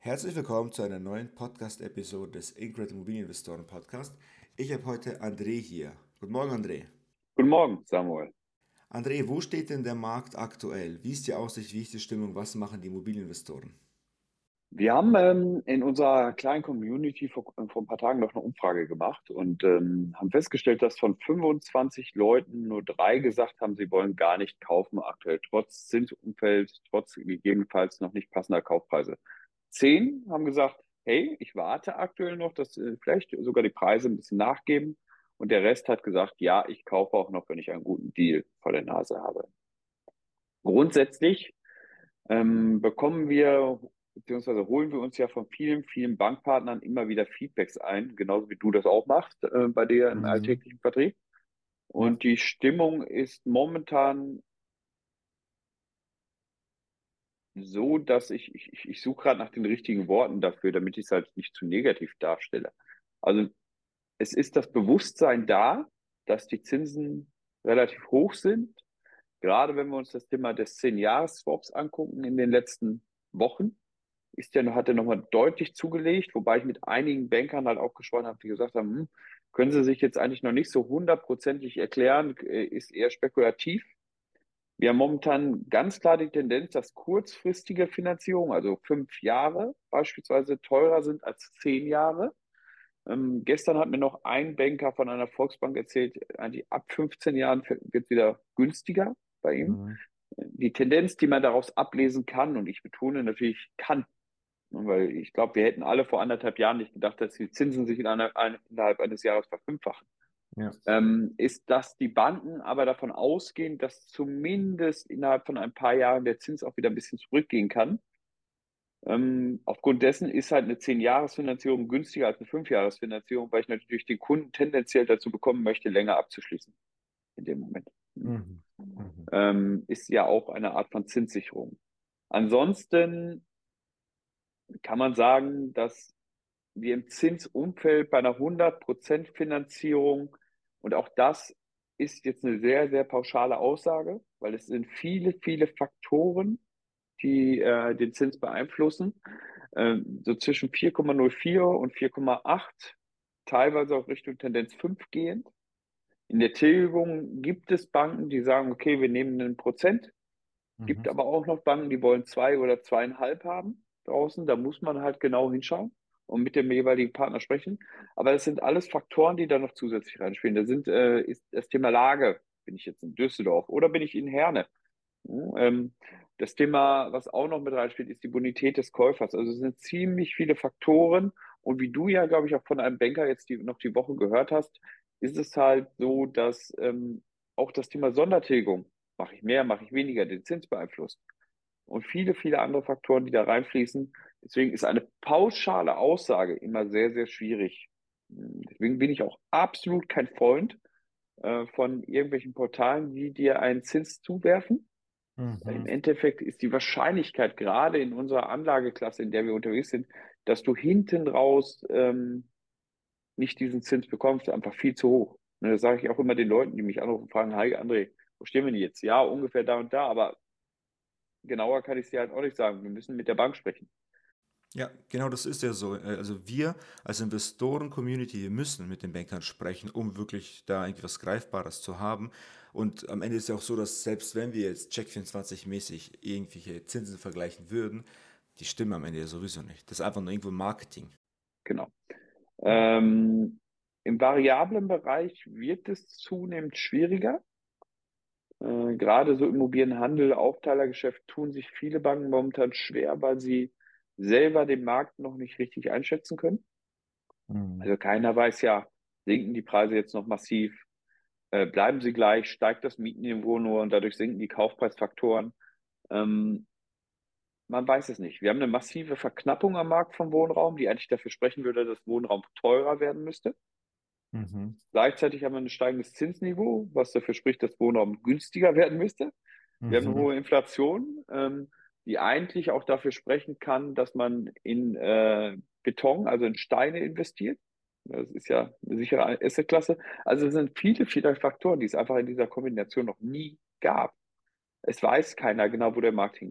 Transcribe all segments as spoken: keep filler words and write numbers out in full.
Herzlich willkommen zu einer neuen Podcast-Episode des Incred Immobilieninvestoren Podcast. Ich habe heute André hier. Guten Morgen, André. Guten Morgen, Samuel. André, wo steht denn der Markt aktuell? Wie ist die Aussicht, wie ist die Stimmung, was machen die Immobilieninvestoren? Wir haben ähm, in unserer kleinen Community vor, vor ein paar Tagen noch eine Umfrage gemacht und ähm, haben festgestellt, dass von fünfundzwanzig Leuten nur drei gesagt haben, sie wollen gar nicht kaufen aktuell, trotz Zinsumfeld, trotz gegebenenfalls noch nicht passender Kaufpreise. Zehn haben gesagt, hey, ich warte aktuell noch, dass äh, vielleicht sogar die Preise ein bisschen nachgeben. Und der Rest hat gesagt, ja, ich kaufe auch noch, wenn ich einen guten Deal vor der Nase habe. Grundsätzlich ähm, bekommen wir, beziehungsweise holen wir uns ja von vielen, vielen Bankpartnern immer wieder Feedbacks ein, genauso wie du das auch machst, äh, bei dir im Mhm. alltäglichen Vertrieb. Ja. Und die Stimmung ist momentan so, dass ich, ich, ich ich suche gerade nach den richtigen Worten dafür, damit ich es halt nicht zu negativ darstelle. Also es ist das Bewusstsein da, dass die Zinsen relativ hoch sind. Gerade wenn wir uns das Thema des zehn-Jahres-Swaps angucken in den letzten Wochen, ist ja, hat er nochmal deutlich zugelegt, wobei ich mit einigen Bankern halt auch gesprochen habe, die gesagt haben, hm, können Sie sich jetzt eigentlich noch nicht so hundertprozentig erklären, äh, ist eher spekulativ. Wir haben momentan ganz klar die Tendenz, dass kurzfristige Finanzierung, also fünf Jahre beispielsweise, teurer sind als zehn Jahre. Ähm, gestern hat mir noch ein Banker von einer Volksbank erzählt, eigentlich ab fünfzehn Jahren wird wieder günstiger bei ihm. Mhm. Die Tendenz, die man daraus ablesen kann, und ich betone natürlich kann, weil ich glaube, wir hätten alle vor anderthalb Jahren nicht gedacht, dass die Zinsen sich in einer, ein, innerhalb eines Jahres verfünffachen. Ja. Ähm, ist, dass die Banken aber davon ausgehen, dass zumindest innerhalb von ein paar Jahren der Zins auch wieder ein bisschen zurückgehen kann. Ähm, aufgrund dessen ist halt eine zehn-Jahres-Finanzierung günstiger als eine fünf-Jahres-Finanzierung, weil ich natürlich den Kunden tendenziell dazu bekommen möchte, länger abzuschließen in dem Moment. Mhm. Mhm. Ähm, ist ja auch eine Art von Zinssicherung. Ansonsten kann man sagen, dass wir im Zinsumfeld bei einer hundert Prozent Finanzierung, und auch das ist jetzt eine sehr, sehr pauschale Aussage, weil es sind viele, viele Faktoren, die äh, den Zins beeinflussen, ähm, so zwischen vier Komma null vier und vier Komma acht, teilweise auch Richtung Tendenz fünf gehend. In der Tilgung gibt es Banken, die sagen, okay, wir nehmen einen Prozent, Mhm. gibt aber auch noch Banken, die wollen zwei oder zweieinhalb haben draußen. Da muss man halt genau hinschauen und mit dem jeweiligen Partner sprechen. Aber das sind alles Faktoren, die da noch zusätzlich reinspielen. Da sind, äh, ist das Thema Lage. Bin ich jetzt in Düsseldorf oder bin ich in Herne? Ja, ähm, das Thema, was auch noch mit reinspielt, ist die Bonität des Käufers. Also es sind ziemlich viele Faktoren. Und wie du ja, glaube ich, auch von einem Banker jetzt die, noch die Woche gehört hast, ist es halt so, dass ähm, auch das Thema Sondertilgung, mache ich mehr, mache ich weniger, den Zins beeinflusst. Und viele, viele andere Faktoren, die da reinfließen. Deswegen ist eine pauschale Aussage immer sehr, sehr schwierig. Deswegen bin ich auch absolut kein Freund äh, von irgendwelchen Portalen, die dir einen Zins zuwerfen. Im Mhm. Endeffekt ist die Wahrscheinlichkeit, gerade in unserer Anlageklasse, in der wir unterwegs sind, dass du hinten raus ähm, nicht diesen Zins bekommst, einfach viel zu hoch. Ne, das sage ich auch immer den Leuten, die mich anrufen und fragen, hi André, wo stehen wir denn jetzt? Ja, ungefähr da und da, aber genauer kann ich es dir halt auch nicht sagen. Wir müssen mit der Bank sprechen. Ja, genau das ist ja so. Äh, Also wir als Investoren-Community, wir müssen mit den Bankern sprechen, um wirklich da irgendwie was Greifbares zu haben. Und am Ende ist ja auch so, dass selbst wenn wir jetzt Check vierundzwanzig-mäßig irgendwelche Zinsen vergleichen würden, die stimmen am Ende ja sowieso nicht. Das ist einfach nur irgendwo Marketing. Genau. Ähm, Im variablen Bereich wird es zunehmend schwieriger. Äh, gerade so Immobilienhandel, Aufteilergeschäft tun sich viele Banken momentan schwer, weil sie selber den Markt noch nicht richtig einschätzen können. Mhm. Also keiner weiß ja, sinken die Preise jetzt noch massiv, äh, bleiben sie gleich, steigt das Mietenniveau nur und dadurch sinken die Kaufpreisfaktoren. Ähm, Man weiß es nicht. Wir haben eine massive Verknappung am Markt von Wohnraum, die eigentlich dafür sprechen würde, dass Wohnraum teurer werden müsste. Mhm. Gleichzeitig haben wir ein steigendes Zinsniveau, was dafür spricht, dass Wohnraum günstiger werden müsste. Wir haben eine Mhm. hohe Inflation, ähm, die eigentlich auch dafür sprechen kann, dass man in äh, Beton, also in Steine investiert. Das ist ja eine sichere Assetklasse. Also es sind viele, viele Faktoren, die es einfach in dieser Kombination noch nie gab. Es weiß keiner genau, wo der Markt hingeht.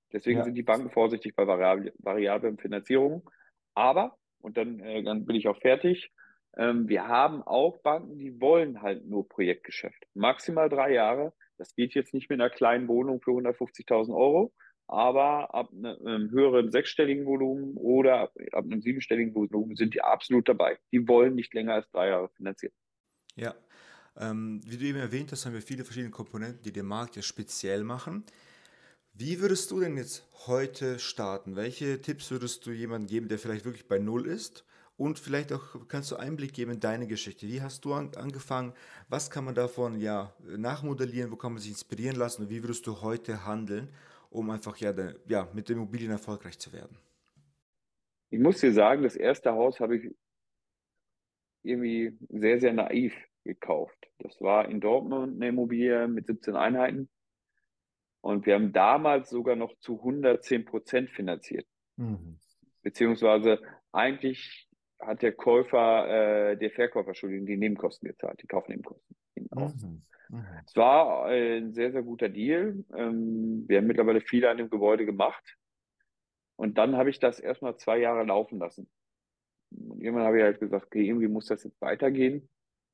Deswegen Ja. sind die Banken vorsichtig bei variablen, variablen Finanzierungen. Aber, und dann, äh, dann bin ich auch fertig, ähm, wir haben auch Banken, die wollen halt nur Projektgeschäft. Maximal drei Jahre. Das geht jetzt nicht mit einer kleinen Wohnung für hundertfünfzigtausend Euro, aber ab ne- einem höheren sechsstelligen Volumen oder ab, ab einem siebenstelligen Volumen sind die absolut dabei. Die wollen nicht länger als drei Jahre finanzieren. Ja, ähm, wie du eben erwähnt hast, haben wir viele verschiedene Komponenten, die den Markt ja speziell machen. Wie würdest du denn jetzt heute starten? Welche Tipps würdest du jemandem geben, der vielleicht wirklich bei Null ist? Und vielleicht auch kannst du Einblick geben in deine Geschichte. Wie hast du an, angefangen? Was kann man davon ja nachmodellieren? Wo kann man sich inspirieren lassen? Und wie würdest du heute handeln, um einfach ja, de, ja mit den Immobilien erfolgreich zu werden? Ich muss dir sagen, das erste Haus habe ich irgendwie sehr, sehr naiv gekauft. Das war in Dortmund eine Immobilie mit siebzehn Einheiten und wir haben damals sogar noch zu hundertzehn Prozent finanziert. Mhm. Beziehungsweise eigentlich hat der Käufer, äh, der Verkäufer, Entschuldigung, die Nebenkosten gezahlt, die Kaufnebenkosten. Genau. Mhm. Mhm. Es war äh, ein sehr, sehr guter Deal. Ähm, wir haben mittlerweile viel an dem Gebäude gemacht und dann habe ich das erstmal zwei Jahre laufen lassen. Und irgendwann habe ich halt gesagt, okay, irgendwie muss das jetzt weitergehen.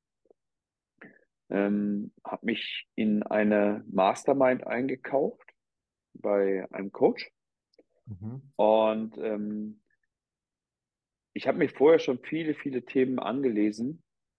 Ähm, habe mich in eine Mastermind eingekauft bei einem Coach Mhm. und ähm, ich habe mir vorher schon viele, viele Themen angelesen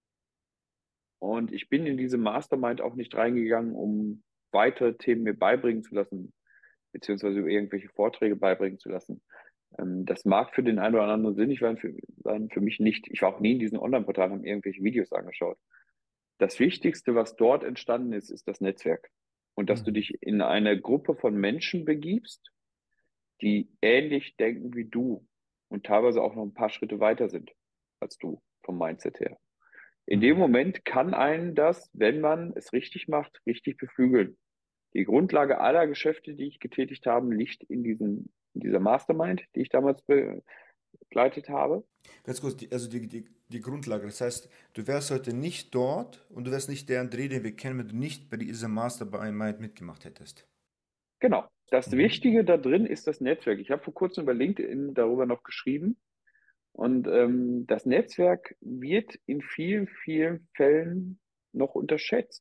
und ich bin in diese Mastermind auch nicht reingegangen, um weitere Themen mir beibringen zu lassen, beziehungsweise irgendwelche Vorträge beibringen zu lassen. Ähm, das mag für den einen oder anderen sinnig sein, für, sein, für mich nicht. Ich war auch nie in diesen Online-Portalen, habe irgendwelche Videos angeschaut. Das Wichtigste, was dort entstanden ist, ist das Netzwerk. Und dass du Mhm. dich in eine Gruppe von Menschen begibst, die ähnlich denken wie du und teilweise auch noch ein paar Schritte weiter sind als du vom Mindset her. In dem Mhm. Moment kann einen das, wenn man es richtig macht, richtig beflügeln. Die Grundlage aller Geschäfte, die ich getätigt habe, liegt in, diesem, in dieser Mastermind, die ich damals begleitet habe. Ganz kurz, die, also die, die, die Grundlage. Das heißt, du wärst heute nicht dort und du wärst nicht der André, den wir kennen, wenn du nicht bei dieser Mastermind mitgemacht hättest. Genau. Das Mhm. Wichtige da drin ist das Netzwerk. Ich habe vor kurzem über LinkedIn darüber noch geschrieben. Und ähm, das Netzwerk wird in vielen, vielen Fällen noch unterschätzt.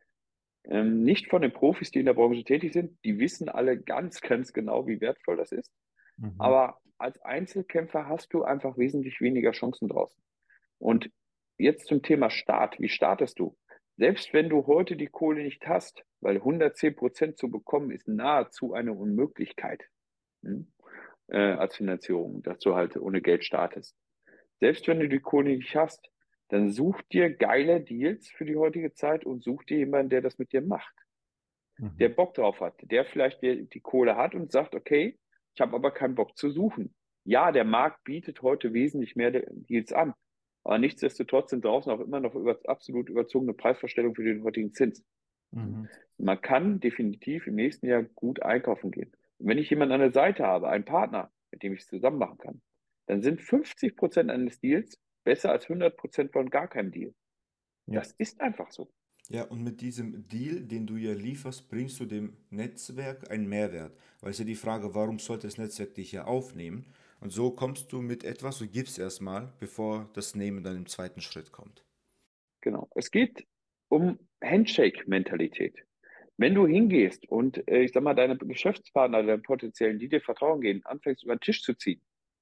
Ähm, nicht von den Profis, die in der Branche tätig sind. Die wissen alle ganz, ganz genau, wie wertvoll das ist. Mhm. Aber als Einzelkämpfer hast du einfach wesentlich weniger Chancen draußen. Und jetzt zum Thema Start. Wie startest du? Selbst wenn du heute die Kohle nicht hast, weil hundertzehn Prozent zu bekommen ist nahezu eine Unmöglichkeit, hm, äh, als Finanzierung, dass du halt ohne Geld startest. Selbst wenn du die Kohle nicht hast, dann such dir geile Deals für die heutige Zeit und such dir jemanden, der das mit dir macht, der Mhm. Bock drauf hat, der vielleicht die, die Kohle hat und sagt, okay, ich habe aber keinen Bock zu suchen. Ja, der Markt bietet heute wesentlich mehr Deals an, aber nichtsdestotrotz sind draußen auch immer noch über, absolut überzogene Preisvorstellungen für den heutigen Zins. Mhm. Man kann definitiv im nächsten Jahr gut einkaufen gehen. Und wenn ich jemanden an der Seite habe, einen Partner, mit dem ich es zusammen machen kann, dann sind fünfzig Prozent eines Deals besser als hundert Prozent von gar keinem Deal. Ja. Das ist einfach so. Ja, und mit diesem Deal, den du ja lieferst, bringst du dem Netzwerk einen Mehrwert. Weil es ja die Frage, warum sollte das Netzwerk dich ja aufnehmen? Und so kommst du mit etwas und gibst erstmal, bevor das Nehmen dann im zweiten Schritt kommt. Genau. Es geht um Handshake-Mentalität. Wenn du hingehst und äh, ich sag mal, deine Geschäftspartner, deine potenziellen, die dir Vertrauen gehen, anfängst über den Tisch zu ziehen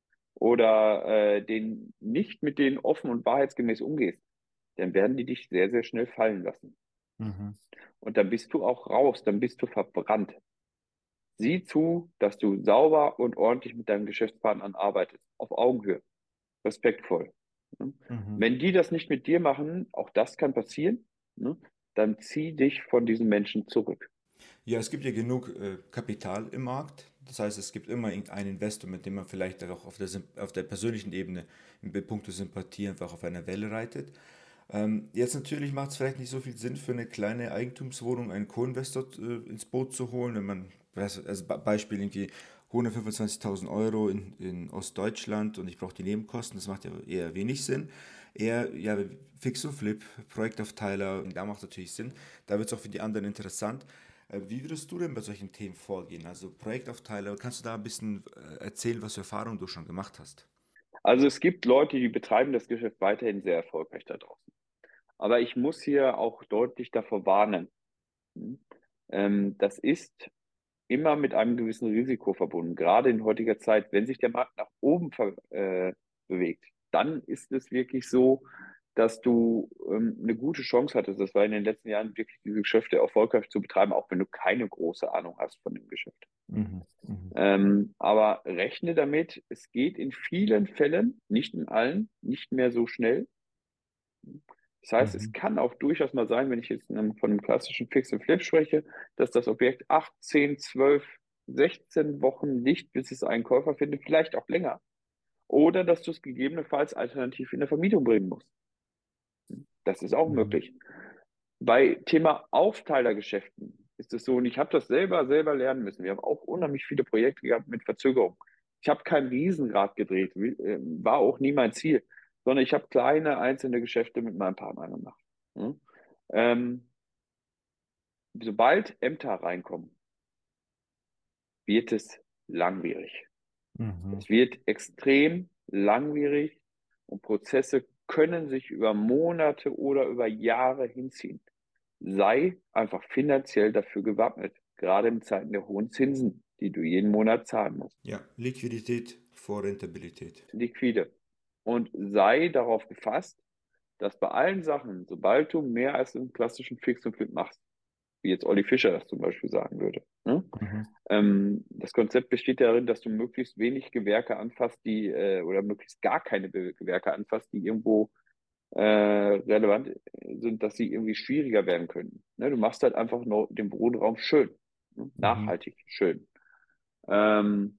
oder äh, den nicht mit denen offen und wahrheitsgemäß umgehst, dann werden die dich sehr, sehr schnell fallen lassen. Mhm. Und dann bist du auch raus, dann bist du verbrannt. Sieh zu, dass du sauber und ordentlich mit deinen Geschäftspartnern arbeitest, auf Augenhöhe, respektvoll. Ne? Mhm. Wenn die das nicht mit dir machen, auch das kann passieren, ne? Dann zieh dich von diesen Menschen zurück. Ja, es gibt ja genug äh, Kapital im Markt. Das heißt, es gibt immer einen Investor, mit dem man vielleicht auch auf der, Symp- auf der persönlichen Ebene in puncto Sympathie einfach auf einer Welle reitet. Ähm, jetzt natürlich macht es vielleicht nicht so viel Sinn für eine kleine Eigentumswohnung einen Co-Investor äh, ins Boot zu holen, wenn man, weiß- also Be- Beispiel irgendwie hundertfünfundzwanzigtausend Euro in, in Ostdeutschland und ich brauche die Nebenkosten, das macht ja eher wenig Sinn. Eher, ja, Fix und Flip, Projektaufteilung, da macht es natürlich Sinn. Da wird es auch für die anderen interessant. Äh, Wie würdest du denn bei solchen Themen vorgehen? Also Projektaufteilung, kannst du da ein bisschen äh, erzählen, was für Erfahrungen du schon gemacht hast? Also es gibt Leute, die betreiben das Geschäft weiterhin sehr erfolgreich da draußen. Aber ich muss hier auch deutlich davor warnen. Hm? Ähm, das ist immer mit einem gewissen Risiko verbunden. Gerade in heutiger Zeit, wenn sich der Markt nach oben ver äh, bewegt, dann ist es wirklich so, dass du ähm, eine gute Chance hattest. Das war in den letzten Jahren wirklich diese Geschäfte erfolgreich zu betreiben, auch wenn du keine große Ahnung hast von dem Geschäft. Mhm, mhm, Ähm, aber rechne damit, es geht in vielen Fällen, nicht in allen, nicht mehr so schnell. Das heißt, es mhm, kann auch durchaus mal sein, wenn ich jetzt in einem, von einem klassischen Fix and Flip spreche, dass das Objekt acht, zehn, zwölf, sechzehn Wochen liegt, bis es einen Käufer findet, vielleicht auch länger. Oder dass du es gegebenenfalls alternativ in der Vermietung bringen musst. Das ist auch mhm, möglich. Bei Thema Aufteilergeschäften ist es so, und ich habe das selber, selber lernen müssen. Wir haben auch unheimlich viele Projekte gehabt mit Verzögerung. Ich habe kein Riesenrad gedreht, will- äh, war auch nie mein Ziel, sondern ich habe kleine einzelne Geschäfte mit meinem Partner gemacht. Hm? Ähm, Sobald Ämter reinkommen, wird es langwierig. mhm, Es wird extrem langwierig und Prozesse können sich über Monate oder über Jahre hinziehen. Sei einfach finanziell dafür gewappnet, gerade in Zeiten der hohen Zinsen, die du jeden Monat zahlen musst. ja, Liquidität vor Rentabilität. Liquide. Und sei darauf gefasst, dass bei allen Sachen, sobald du mehr als einen klassischen Fix und Flip machst, wie jetzt Olli Fischer das zum Beispiel sagen würde, ne? Mhm, Ähm, das Konzept besteht darin, dass du möglichst wenig Gewerke anfasst, die äh, oder möglichst gar keine Be- Gewerke anfasst, die irgendwo äh, relevant sind, dass sie irgendwie schwieriger werden können. Ne? Du machst halt einfach nur den Wohnraum schön, ne? mhm, Nachhaltig schön. Ähm,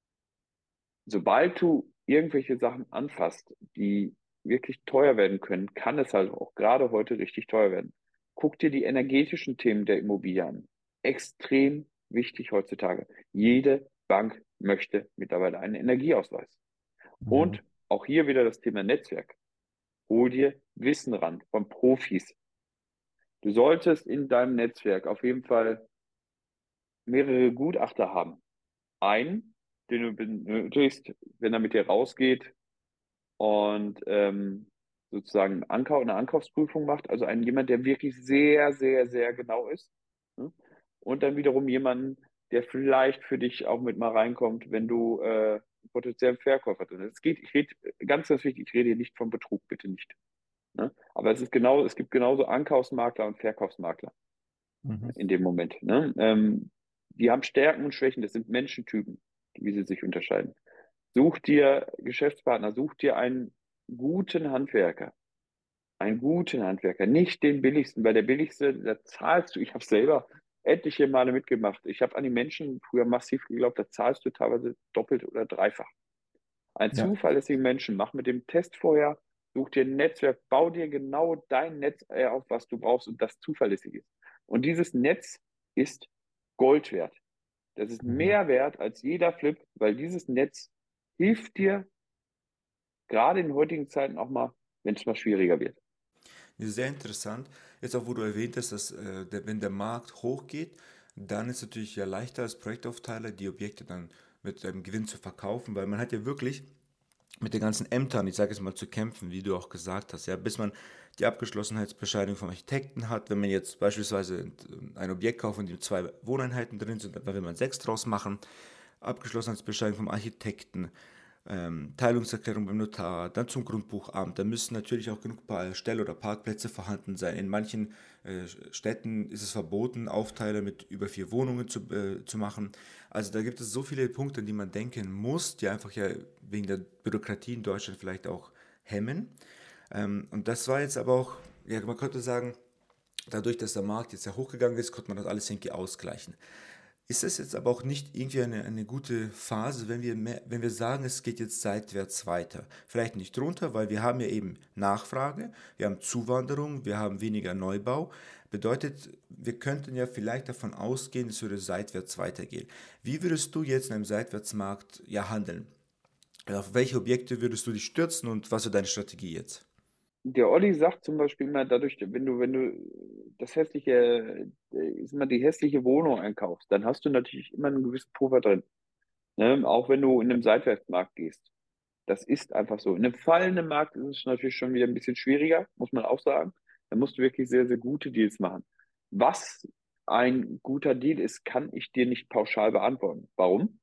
Sobald du irgendwelche Sachen anfasst, die wirklich teuer werden können, kann es halt auch gerade heute richtig teuer werden. Guck dir die energetischen Themen der Immobilie an. Extrem wichtig heutzutage. Jede Bank möchte mittlerweile einen Energieausweis. mhm, Und auch hier wieder das Thema Netzwerk. Hol dir Wissen ran von Profis. Du solltest in deinem Netzwerk auf jeden Fall mehrere Gutachter haben. Einen, den du benötigst, wenn er mit dir rausgeht und ähm, sozusagen einen Ankauf, eine Ankaufsprüfung macht, also einen jemand, der wirklich sehr, sehr, sehr genau ist. Ne? Und dann wiederum jemanden, der vielleicht für dich auch mit mal reinkommt, wenn du äh, einen potenziellen Verkäufer drin hast. Es geht, ich rede, ganz, ganz wichtig, ich rede hier nicht von Betrug, bitte nicht. Ne? Aber es ist genau, es gibt genauso Ankaufsmakler und Verkaufsmakler mhm. in dem Moment. Ne? Ähm, die haben Stärken und Schwächen, das sind Menschentypen, wie sie sich unterscheiden. Such dir Geschäftspartner, such dir einen guten Handwerker, einen guten Handwerker, nicht den billigsten, weil der billigste, da zahlst du, ich habe selber etliche Male mitgemacht. Ich habe an die Menschen früher massiv geglaubt, da zahlst du teilweise doppelt oder dreifach. Ein Ja. zuverlässigen Menschen, mach mit dem Test vorher, such dir ein Netzwerk, bau dir genau dein Netz äh, auf, was du brauchst und das zuverlässig ist. Und dieses Netz ist Gold wert. Das ist Mhm. mehr wert als jeder Flip, weil dieses Netz hilft dir gerade in heutigen Zeiten auch mal, wenn es mal schwieriger wird. Ja, sehr interessant. Jetzt auch, wo du erwähnt hast, dass äh, der, wenn der Markt hochgeht, dann ist es natürlich ja leichter als Projektaufteile, die Objekte dann mit einem Gewinn zu verkaufen, weil man hat ja wirklich mit den ganzen Ämtern, ich sage es mal, zu kämpfen, wie du auch gesagt hast, ja, bis man die Abgeschlossenheitsbescheinigung vom Architekten hat. Wenn man jetzt beispielsweise ein Objekt kauft, in dem zwei Wohneinheiten drin sind, dann will man sechs draus machen. Abgeschlossenheitsbescheinigung vom Architekten, ähm, Teilungserklärung beim Notar, dann zum Grundbuchamt. Da müssen natürlich auch genug Pa- Stell- oder Parkplätze vorhanden sein. In manchen äh, Städten ist es verboten, Aufteile mit über vier Wohnungen zu, äh, zu machen. Also da gibt es so viele Punkte, an die man denken muss, die einfach ja wegen der Bürokratie in Deutschland vielleicht auch hemmen. Ähm, und das war jetzt aber auch, ja, man könnte sagen, dadurch, dass der Markt jetzt ja hochgegangen ist, konnte man das alles irgendwie ausgleichen. Ist es jetzt aber auch nicht irgendwie eine, eine gute Phase, wenn wir, mehr, wenn wir sagen, es geht jetzt seitwärts weiter? Vielleicht nicht runter, weil wir haben ja eben Nachfrage, wir haben Zuwanderung, wir haben weniger Neubau. Bedeutet, wir könnten ja vielleicht davon ausgehen, es würde seitwärts weitergehen. Wie würdest du jetzt in einem Seitwärtsmarkt ja handeln? Auf welche Objekte würdest du dich stürzen und was ist deine Strategie jetzt? der Olli sagt zum Beispiel immer, dadurch, wenn du, wenn du das hässliche, äh, ist immer die hässliche Wohnung einkaufst, dann hast du natürlich immer einen gewissen Puffer drin. Ne? Auch wenn du in einem Seitwärtsmarkt gehst. Das ist einfach so. In einem fallenden Markt ist es natürlich schon wieder ein bisschen schwieriger, muss man auch sagen. Da musst du wirklich sehr, sehr gute Deals machen. Was ein guter Deal ist, kann ich dir nicht pauschal beantworten. Warum?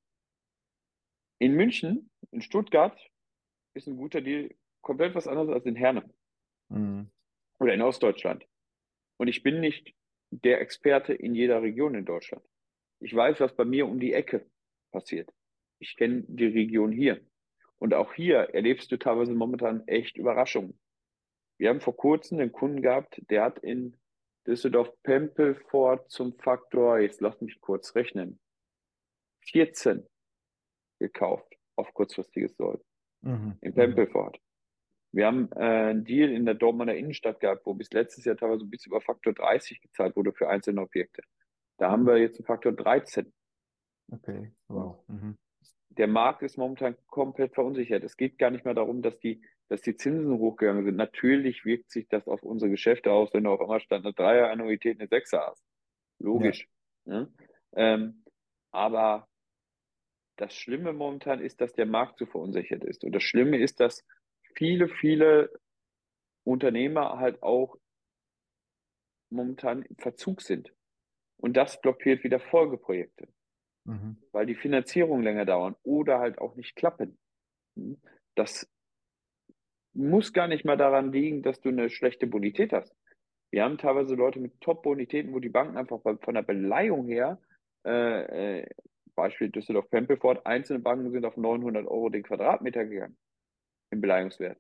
In München, in Stuttgart ist ein guter Deal komplett was anderes als in Herne Mhm. oder in Ostdeutschland. Und ich bin nicht der Experte in jeder Region in Deutschland. Ich weiß, was bei mir um die Ecke passiert. Ich kenne die Region hier. Und auch hier erlebst du teilweise momentan echt Überraschungen. Wir haben vor kurzem einen Kunden gehabt, der hat in Düsseldorf-Pempelfort zum Faktor, jetzt lass mich kurz rechnen, vierzehn gekauft auf kurzfristiges Soll Mhm. in Mhm. Pempelfort. Wir haben äh, einen Deal in der Dortmunder Innenstadt gehabt, wo bis letztes Jahr teilweise bis über Faktor dreißig gezahlt wurde für einzelne Objekte. Da haben wir jetzt einen Faktor dreizehn. Okay, wow. Mhm. Der Markt ist momentan komplett verunsichert. Es geht gar nicht mehr darum, dass die, dass die Zinsen hochgegangen sind. Natürlich wirkt sich das auf unsere Geschäfte aus, wenn du auf einmal statt einer Dreier-Annuität eine Sechser hast. Ja. Logisch. Ne? Ähm, aber das Schlimme momentan ist, dass der Markt so verunsichert ist. Und das Schlimme ist, dass viele, viele Unternehmer halt auch momentan im Verzug sind. Und das blockiert wieder Folgeprojekte, Mhm. weil die Finanzierung länger dauern oder halt auch nicht klappen. Das muss gar nicht mal daran liegen, dass du eine schlechte Bonität hast. Wir haben teilweise Leute mit Top-Bonitäten, wo die Banken einfach von der Beleihung her, äh, äh, Beispiel Düsseldorf-Pempelfort, einzelne Banken sind auf neunhundert Euro den Quadratmeter gegangen im Beleihungswert.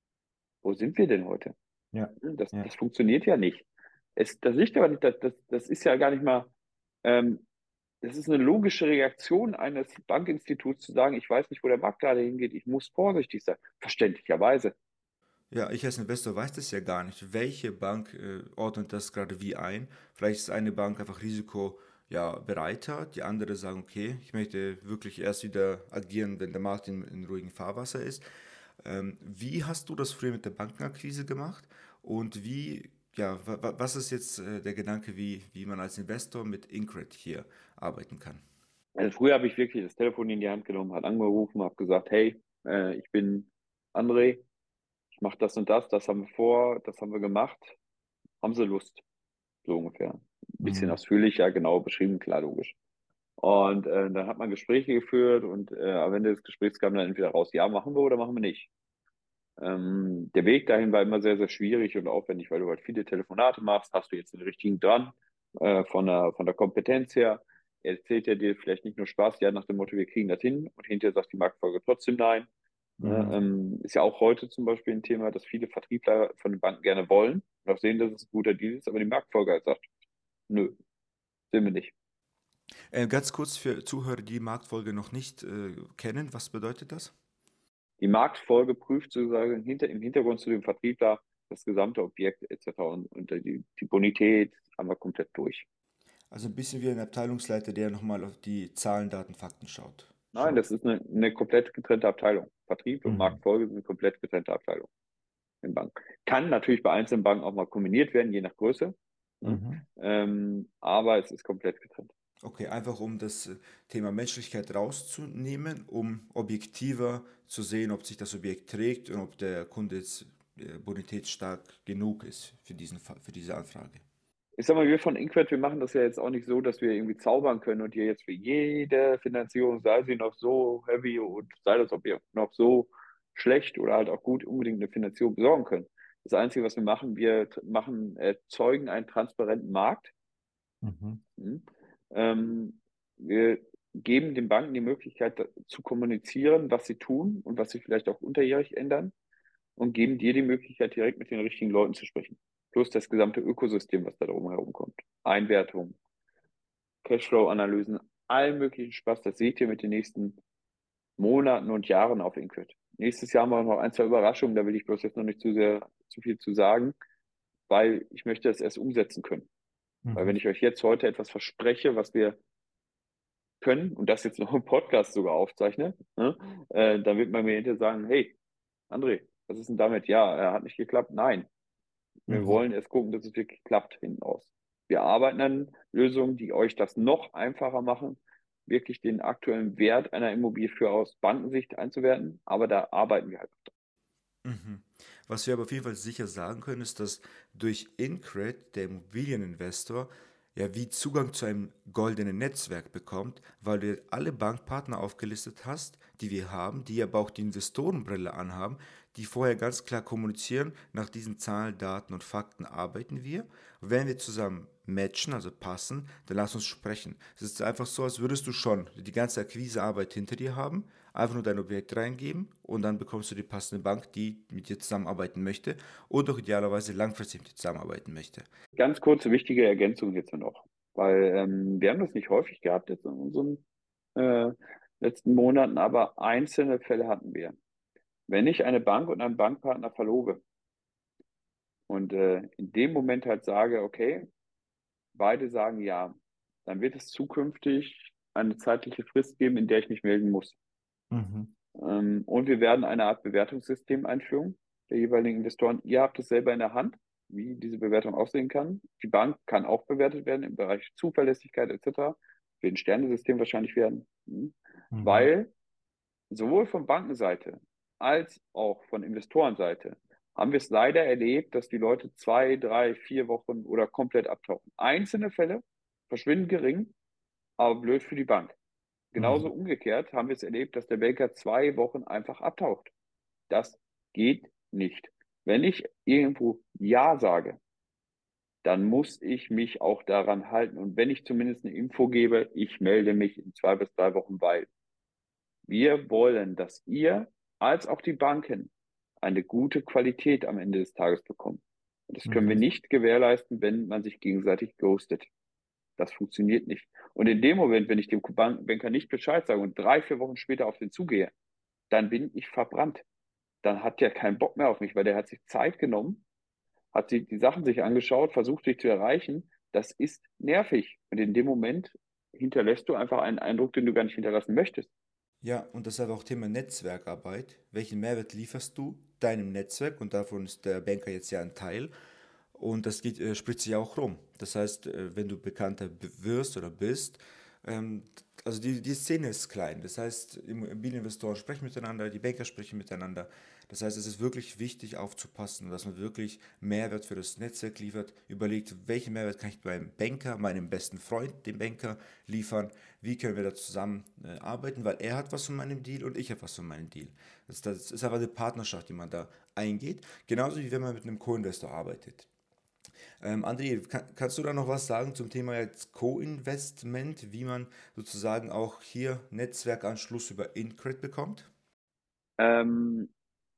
Wo sind wir denn heute? Ja. Hm, Das, Ja. das funktioniert ja nicht. Es, das liegt aber nicht, das, das, das ist ja gar nicht mal, ähm, das ist eine logische Reaktion eines Bankinstituts zu sagen, ich weiß nicht, wo der Markt gerade hingeht, ich muss vorsichtig sein. Verständlicherweise. Ja, ich als Investor weiß das ja gar nicht. Welche Bank äh, ordnet das gerade wie ein? Vielleicht ist eine Bank einfach Risiko ja, bereiter, die andere sagen, okay, ich möchte wirklich erst wieder agieren, wenn der Markt in, in ruhigem Fahrwasser ist. Ähm, wie hast du das früher mit der Bankenakquise gemacht? Und wie, ja, wa, wa- was ist jetzt äh, der Gedanke, wie, wie man als Investor mit Incred hier arbeiten kann? Also früher habe ich wirklich das Telefon in die Hand genommen, hat angerufen, habe gesagt, hey, äh, ich bin André, ich mache das und das, das haben wir vor, das haben wir gemacht. Haben Sie Lust? So ungefähr. Ein bisschen Mhm. ausführlicher, genau beschrieben, klar, logisch. Und äh, dann hat man Gespräche geführt und äh, am Ende des Gesprächs kam dann entweder raus, ja, machen wir oder machen wir nicht. Ähm, der Weg dahin war immer sehr, sehr schwierig und aufwendig, weil du halt viele Telefonate machst, hast du jetzt den richtigen dran, äh, von der, von der Kompetenz her. Er erzählt ja dir vielleicht nicht nur Spaß, ja, nach dem Motto, wir kriegen das hin und hinterher sagt die Marktfolge trotzdem nein. Ne, Mhm. ähm, ist ja auch heute zum Beispiel ein Thema, dass viele Vertriebler von den Banken gerne wollen und auch sehen, dass es ein guter Deal ist, aber die Marktfolge halt sagt, nö, sind wir nicht. Äh, ganz kurz für Zuhörer, die Marktfolge noch nicht äh, kennen, was bedeutet das? Die Marktfolge prüft sozusagen hinter, im Hintergrund zu dem Vertriebler das gesamte Objekt et cetera. Und, und die, die Bonität haben wir komplett durch. Also ein bisschen wie ein Abteilungsleiter, der nochmal auf die Zahlen, Daten, Fakten schaut. Nein, Schaut. das ist eine, eine komplett getrennte Abteilung. Vertrieb und Mhm. Marktfolge sind komplett getrennte Abteilungen in Banken. Kann natürlich bei einzelnen Banken auch mal kombiniert werden, je nach Größe. Ne? Mhm. Ähm, aber es ist komplett getrennt. Okay, einfach um das äh, Thema Menschlichkeit rauszunehmen, um objektiver zu sehen, ob sich das Objekt trägt und ob der Kunde jetzt äh, bonitätsstark genug ist für diesen Fall, für diese Anfrage. Ich sag mal, wir von Inquet, wir machen das ja jetzt auch nicht so, dass wir irgendwie zaubern können und hier jetzt für jede Finanzierung, sei sie noch so heavy und sei das Objekt noch so schlecht oder halt auch gut, unbedingt eine Finanzierung besorgen können. Das Einzige, was wir machen, wir t- machen, erzeugen einen transparenten Markt. Mhm. Mhm. Ähm, wir geben den Banken die Möglichkeit da- zu kommunizieren, was sie tun und was sie vielleicht auch unterjährig ändern und geben dir die Möglichkeit, direkt mit den richtigen Leuten zu sprechen. Plus das gesamte Ökosystem, was da drumherum kommt. Einwertung, Cashflow-Analysen, allen möglichen Spaß. Das seht ihr mit den nächsten Monaten und Jahren auf Inquit. Nächstes Jahr haben wir noch ein, zwei Überraschungen, da will ich bloß jetzt noch nicht zu sehr, zu viel zu sagen, weil ich möchte es erst umsetzen können. Weil Mhm. wenn ich euch jetzt heute etwas verspreche, was wir können und das jetzt noch im Podcast sogar aufzeichne, ne, äh, dann wird man mir hinterher sagen, hey, André, Was ist denn damit? Ja, er hat nicht geklappt. Nein, wir Mhm. wollen erst gucken, dass es wirklich klappt hinten raus. Wir arbeiten an Lösungen, die euch das noch einfacher machen, wirklich den aktuellen Wert einer Immobilie für aus Bankensicht einzuwerten. Aber da arbeiten wir halt. Mhm. Was wir aber auf jeden Fall sicher sagen können, ist, dass durch Incred der Immobilieninvestor ja wie Zugang zu einem goldenen Netzwerk bekommt, weil du alle Bankpartner aufgelistet hast, die wir haben, die aber auch die Investorenbrille anhaben, die vorher ganz klar kommunizieren, nach diesen Zahlen, Daten und Fakten arbeiten wir. Und wenn wir zusammen matchen, also passen, dann lass uns sprechen. Es ist einfach so, als würdest du schon die ganze Akquisearbeit hinter dir haben, einfach nur dein Objekt reingeben und dann bekommst du die passende Bank, die mit dir zusammenarbeiten möchte und auch idealerweise langfristig mit dir zusammenarbeiten möchte. Ganz kurze, wichtige Ergänzung jetzt noch, weil ähm, wir haben das nicht häufig gehabt jetzt in unseren äh, letzten Monaten, aber einzelne Fälle hatten wir. Wenn ich eine Bank und einen Bankpartner verlobe und äh, in dem Moment halt sage, okay, beide sagen ja, dann wird es zukünftig eine zeitliche Frist geben, in der ich mich melden muss. Mhm. Ähm, und wir werden eine Art Bewertungssystem einführen, der jeweiligen Investoren. Ihr habt es selber in der Hand, wie diese Bewertung aussehen kann. Die Bank kann auch bewertet werden im Bereich Zuverlässigkeit et cetera. Wird ein Sternesystem wahrscheinlich werden. Mhm. Mhm. Weil sowohl von Bankenseite als auch von Investorenseite haben wir es leider erlebt, dass die Leute zwei, drei, vier Wochen oder komplett abtauchen. Einzelne Fälle verschwinden gering, aber blöd für die Bank. Genauso Mhm. umgekehrt haben wir es erlebt, dass der Banker zwei Wochen einfach abtaucht. Das geht nicht. Wenn ich irgendwo Ja sage, dann muss ich mich auch daran halten. Und wenn ich zumindest eine Info gebe, ich melde mich in zwei bis drei Wochen, weil wir wollen, dass ihr als auch die Banken eine gute Qualität am Ende des Tages bekommen. Und das können wir Mhm. nicht gewährleisten, wenn man sich gegenseitig ghostet. Das funktioniert nicht. Und in dem Moment, wenn ich dem Bank Banker nicht Bescheid sage und drei, vier Wochen später auf den zugehe, dann bin ich verbrannt. Dann hat der keinen Bock mehr auf mich, weil der hat sich Zeit genommen, hat sich die Sachen sich angeschaut, versucht dich zu erreichen. Das ist nervig. Und in dem Moment hinterlässt du einfach einen Eindruck, den du gar nicht hinterlassen möchtest. Ja, und das ist aber auch Thema Netzwerkarbeit. Welchen Mehrwert lieferst du deinem Netzwerk? Und davon ist der Banker jetzt ja ein Teil. Und das geht, äh, spricht sich auch rum. Das heißt, äh, wenn du bekannter b- wirst oder bist, ähm, also die, die Szene ist klein. Das heißt, Immobilieninvestoren sprechen miteinander, die Banker sprechen miteinander. Das heißt, es ist wirklich wichtig aufzupassen, dass man wirklich Mehrwert für das Netzwerk liefert. Überlegt, welchen Mehrwert kann ich beim Banker, meinem besten Freund, dem Banker, liefern? Wie können wir da zusammen äh, arbeiten? Weil er hat was von meinem Deal und ich habe was von meinem Deal. Das, das ist aber eine Partnerschaft, die man da eingeht. Genauso wie wenn man mit einem Co-Investor arbeitet. Ähm, André, kann, kannst du da noch was sagen zum Thema jetzt Co-Investment, wie man sozusagen auch hier Netzwerkanschluss über Incred bekommt? Ähm,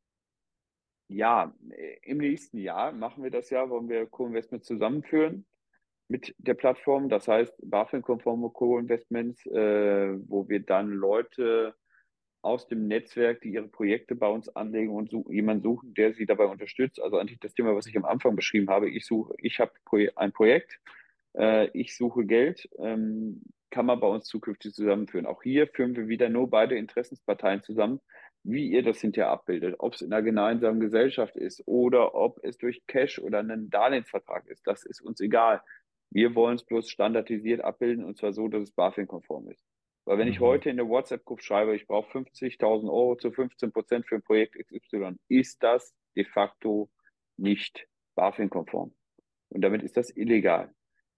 ja, im nächsten Jahr machen wir das ja, wollen wir Co-Investment zusammenführen mit der Plattform. Das heißt, BaFin-konforme Co-Investments, äh, wo wir dann Leute aus dem Netzwerk, die ihre Projekte bei uns anlegen und such, jemanden suchen, der sie dabei unterstützt. Also eigentlich das Thema, was ich am Anfang beschrieben habe. Ich suche, ich habe ein Projekt, äh, ich suche Geld, ähm, kann man bei uns zukünftig zusammenführen. Auch hier führen wir wieder nur beide Interessensparteien zusammen, wie ihr das hinterher abbildet. Ob es in einer gemeinsamen Gesellschaft ist oder ob es durch Cash oder einen Darlehensvertrag ist, das ist uns egal. Wir wollen es bloß standardisiert abbilden und zwar so, dass es BaFin-konform ist. Weil wenn ich Mhm. heute in der WhatsApp-Gruppe schreibe, ich brauche fünfzigtausend Euro zu fünfzehn Prozent für ein Projekt X Y, ist das de facto nicht BaFin-konform. Und damit ist das illegal.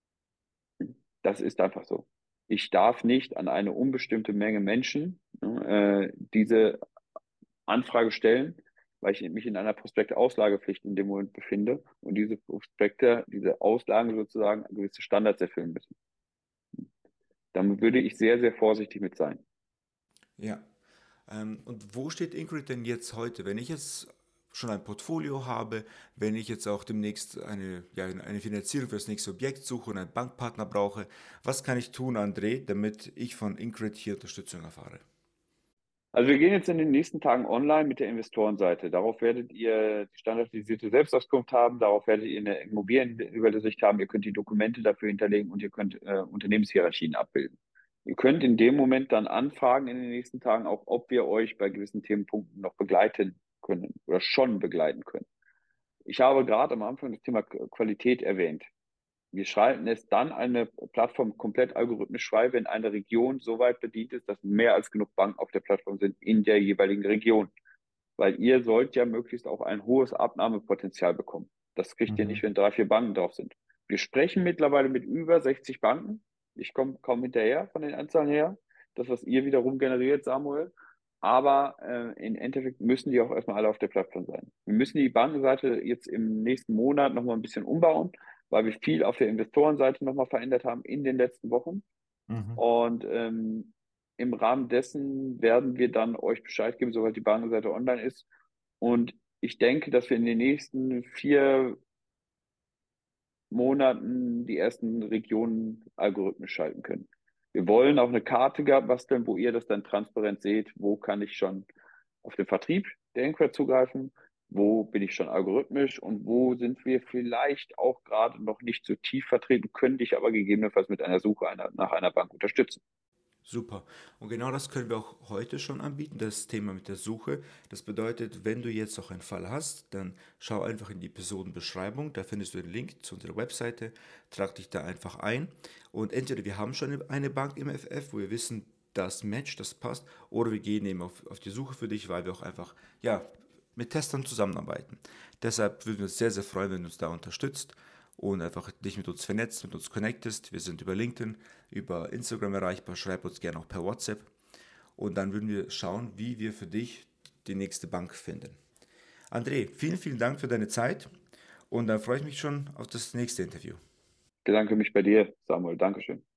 Das ist einfach so. Ich darf nicht an eine unbestimmte Menge Menschen äh, diese Anfrage stellen, weil ich mich in einer Prospektauslagepflicht in dem Moment befinde und diese Prospekte, diese Auslagen sozusagen gewisse Standards erfüllen müssen. Dann würde ich sehr, sehr vorsichtig mit sein. Ja. Ähm, und wo steht Ingrid denn jetzt heute? Wenn ich jetzt schon ein Portfolio habe, wenn ich jetzt auch demnächst eine, ja, eine Finanzierung für das nächste Objekt suche und einen Bankpartner brauche, was kann ich tun, André, damit ich von Ingrid hier Unterstützung erfahre? Also wir gehen jetzt in den nächsten Tagen online mit der Investorenseite. Darauf werdet ihr die standardisierte Selbstauskunft haben, darauf werdet ihr eine Immobilienübersicht haben, ihr könnt die Dokumente dafür hinterlegen und ihr könnt äh, Unternehmenshierarchien abbilden. Ihr könnt in dem Moment dann anfragen in den nächsten Tagen auch, ob wir euch bei gewissen Themenpunkten noch begleiten. können oder schon begleiten können. Ich habe gerade am Anfang das Thema Qualität erwähnt. Wir schalten es dann eine Plattform komplett algorithmisch frei, wenn eine Region so weit bedient ist, dass mehr als genug Banken auf der Plattform sind in der jeweiligen Region. Weil ihr sollt ja möglichst auch ein hohes Abnahmepotenzial bekommen. Das kriegt ihr nicht, Mhm. wenn drei, vier Banken drauf sind. Wir sprechen mittlerweile mit über sechzig Banken. Ich komme kaum hinterher von den Anzahlen her. Das, was ihr wiederum generiert, Samuel. Aber äh, im Endeffekt müssen die auch erstmal alle auf der Plattform sein. Wir müssen die Bankenseite jetzt im nächsten Monat nochmal ein bisschen umbauen, weil wir viel auf der Investorenseite nochmal verändert haben in den letzten Wochen. Mhm. Und ähm, im Rahmen dessen werden wir dann euch Bescheid geben, sobald die Bankenseite online ist. Und ich denke, dass wir in den nächsten vier Monaten die ersten Regionen algorithmisch schalten können. Wir wollen auch eine Karte gehabt basteln, wo ihr das dann transparent seht, wo kann ich schon auf den Vertrieb der Inquire zugreifen, wo bin ich schon algorithmisch und wo sind wir vielleicht auch gerade noch nicht so tief vertreten, könnte ich aber gegebenenfalls mit einer Suche einer, nach einer Bank unterstützen. Super. Und genau das können wir auch heute schon anbieten, das Thema mit der Suche. Das bedeutet, wenn du jetzt noch einen Fall hast, dann schau einfach in die Episodenbeschreibung, da findest du den Link zu unserer Webseite, trag dich da einfach ein und entweder wir haben schon eine Bank im F F, wo wir wissen, das matcht, das passt, oder wir gehen eben auf, auf die Suche für dich, weil wir auch einfach, ja, mit Testern zusammenarbeiten. Deshalb würden wir uns sehr, sehr freuen, wenn du uns da unterstützt und einfach dich mit uns vernetzt, mit uns connectest. Wir sind über LinkedIn, über Instagram erreichbar, schreib uns gerne auch per WhatsApp und dann würden wir schauen, wie wir für dich die nächste Bank finden. André, vielen, vielen Dank für deine Zeit und dann freue ich mich schon auf das nächste Interview. Ich bedanke mich bei dir, Samuel. Dankeschön.